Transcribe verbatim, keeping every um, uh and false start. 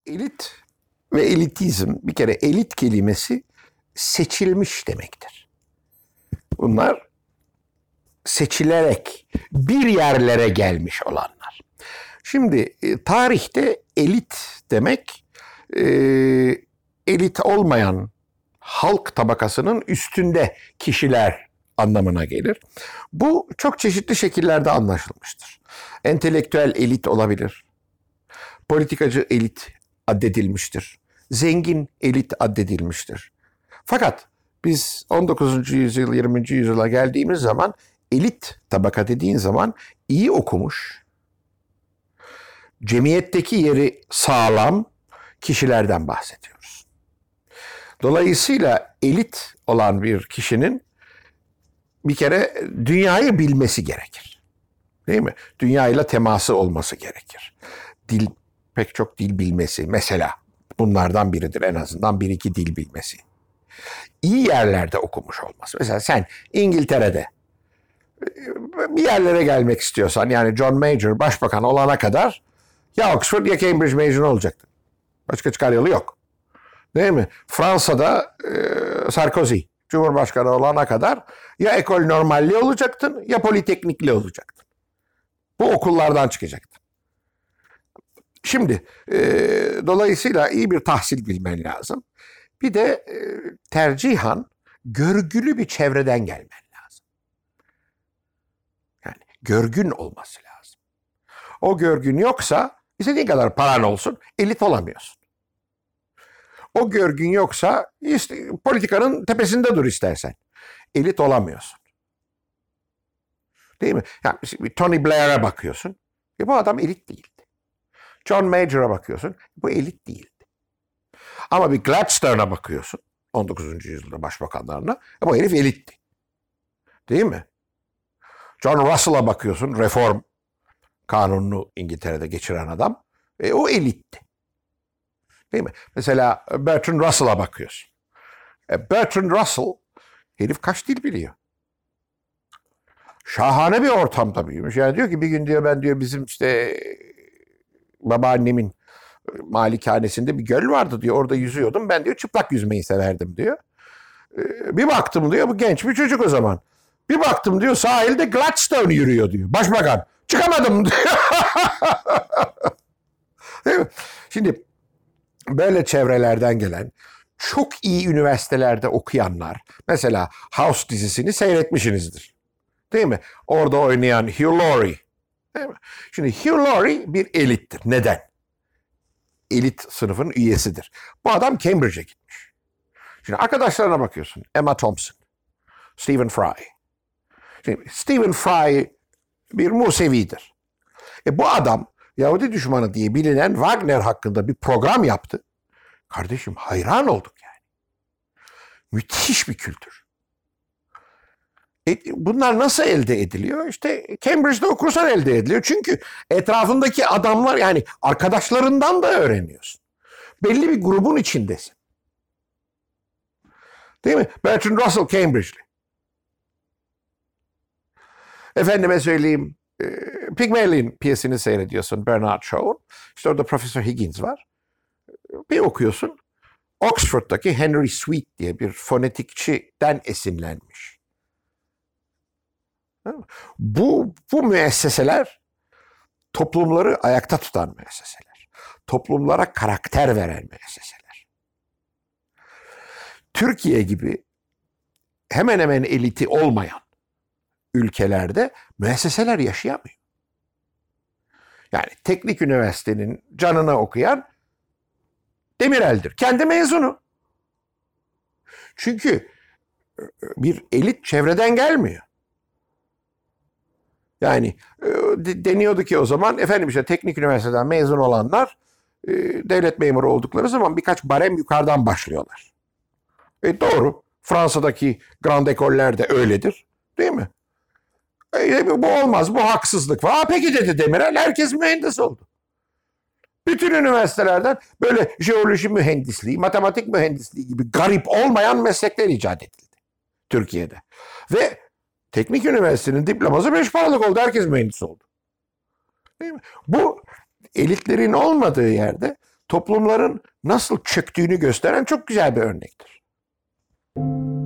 Elit ve elitizm, bir kere elit kelimesi seçilmiş demektir. Bunlar seçilerek bir yerlere gelmiş olanlar. Şimdi e, tarihte elit demek e, elit olmayan halk tabakasının üstünde kişiler anlamına gelir. Bu çok çeşitli şekillerde anlaşılmıştır. Entelektüel elit olabilir. Politikacı elit addedilmiştir. Zengin elit addedilmiştir. Fakat biz on dokuzuncu yüzyıl, yirminci yüzyıla geldiğimiz zaman elit tabaka dediğin zaman iyi okumuş, cemiyetteki yeri sağlam kişilerden bahsediyoruz. Dolayısıyla elit olan bir kişinin bir kere dünyayı bilmesi gerekir. Değil mi? Dünyayla teması olması gerekir. Dil, pek çok dil bilmesi mesela bunlardan biridir, en azından bir iki dil bilmesi. İyi yerlerde okumuş olması. Mesela sen İngiltere'de bir yerlere gelmek istiyorsan, yani John Major başbakan olana kadar ya Oxford ya Cambridge mezunu olacaktın. Başka çıkar yolu yok. Değil mi? Fransa'da e, Sarkozy Cumhurbaşkanı olana kadar ya ekol normalli olacaktın ya politeknikli olacaktın. Bu okullardan çıkacaktın. Şimdi e, dolayısıyla iyi bir tahsil bilmen lazım. Bir de e, tercihan görgülü bir çevreden gelmen lazım. Yani görgün olması lazım. O görgün yoksa istediğin kadar paran olsun, elit olamıyorsun. O görgün yoksa işte, politikanın tepesinde dur istersen. Elit olamıyorsun. Değil mi? Yani Tony Blair'e bakıyorsun. E bu adam elit değildi. John Major'a bakıyorsun. Bu elit değildi. Ama bir Gladstone'a bakıyorsun. on dokuzuncu yüzyılda başbakanlarına. E bu herif elitti. Değil mi? John Russell'a bakıyorsun. Reform kanununu İngiltere'de geçiren adam. E o elitti. Değil mi? Mesela Bertrand Russell'a bakıyorsun. E Bertrand Russell herif kaç dil biliyor? Şahane bir ortamda büyümüş. Yani diyor ki bir gün diyor ben diyor bizim işte babaannemin malikanesinde bir göl vardı diyor. Orada yüzüyordum. Ben diyor çıplak yüzmeyi severdim diyor. Ee, bir baktım diyor bu genç bir çocuk o zaman. Bir baktım diyor sahilde Gladstone yürüyor diyor. Başbakan. Çıkamadım diyor. Değil mi? Şimdi böyle çevrelerden gelen çok iyi üniversitelerde okuyanlar, mesela House dizisini seyretmişsinizdir. Değil mi? Orada oynayan Hugh Laurie. Değil mi? Şimdi Hugh Laurie bir elittir. Neden? Elit sınıfın üyesidir. Bu adam Cambridge'e gitmiş. Şimdi arkadaşlarına bakıyorsun. Emma Thompson, Stephen Fry. Şimdi Stephen Fry bir Musevidir. E bu adam Yahudi düşmanı diye bilinen Wagner hakkında bir program yaptı. Kardeşim hayran olduk yani. Müthiş bir kültür. E, bunlar nasıl elde ediliyor? İşte Cambridge'de okursan elde ediliyor. Çünkü etrafındaki adamlar, yani arkadaşlarından da öğreniyorsun. Belli bir grubun içindesin. Değil mi? Bertrand Russell Cambridge'li. Efendime söyleyeyim, e, Pygmalion piyesini seyrediyorsun, Bernard Shaw'un. İşte orada Profesör Higgins var. Bir okuyorsun. Oxford'daki Henry Sweet diye bir fonetikçiden esinlenmiş. Bu, bu müesseseler toplumları ayakta tutan müesseseler. Toplumlara karakter veren müesseseler. Türkiye gibi hemen hemen eliti olmayan ülkelerde müesseseler yaşayamıyor. Yani teknik üniversitenin canına okuyan Demirel'dir. Kendi mezunu. Çünkü bir elit çevreden gelmiyor. Yani e, deniyordu ki o zaman efendim işte teknik üniversiteden mezun olanlar e, devlet memuru oldukları zaman birkaç barem yukarıdan başlıyorlar. E doğru. Fransa'daki Grand Ecoller de öyledir. Değil mi? E, bu olmaz, bu haksızlık var. Peki dedi Demirel, herkes mühendis oldu. Bütün üniversitelerden böyle jeoloji mühendisliği, matematik mühendisliği gibi garip olmayan meslekler icat edildi Türkiye'de. Ve teknik üniversitenin diploması beş paralık oldu. Herkes mühendis oldu. Değil mi? Bu elitlerin olmadığı yerde toplumların nasıl çöktüğünü gösteren çok güzel bir örnektir.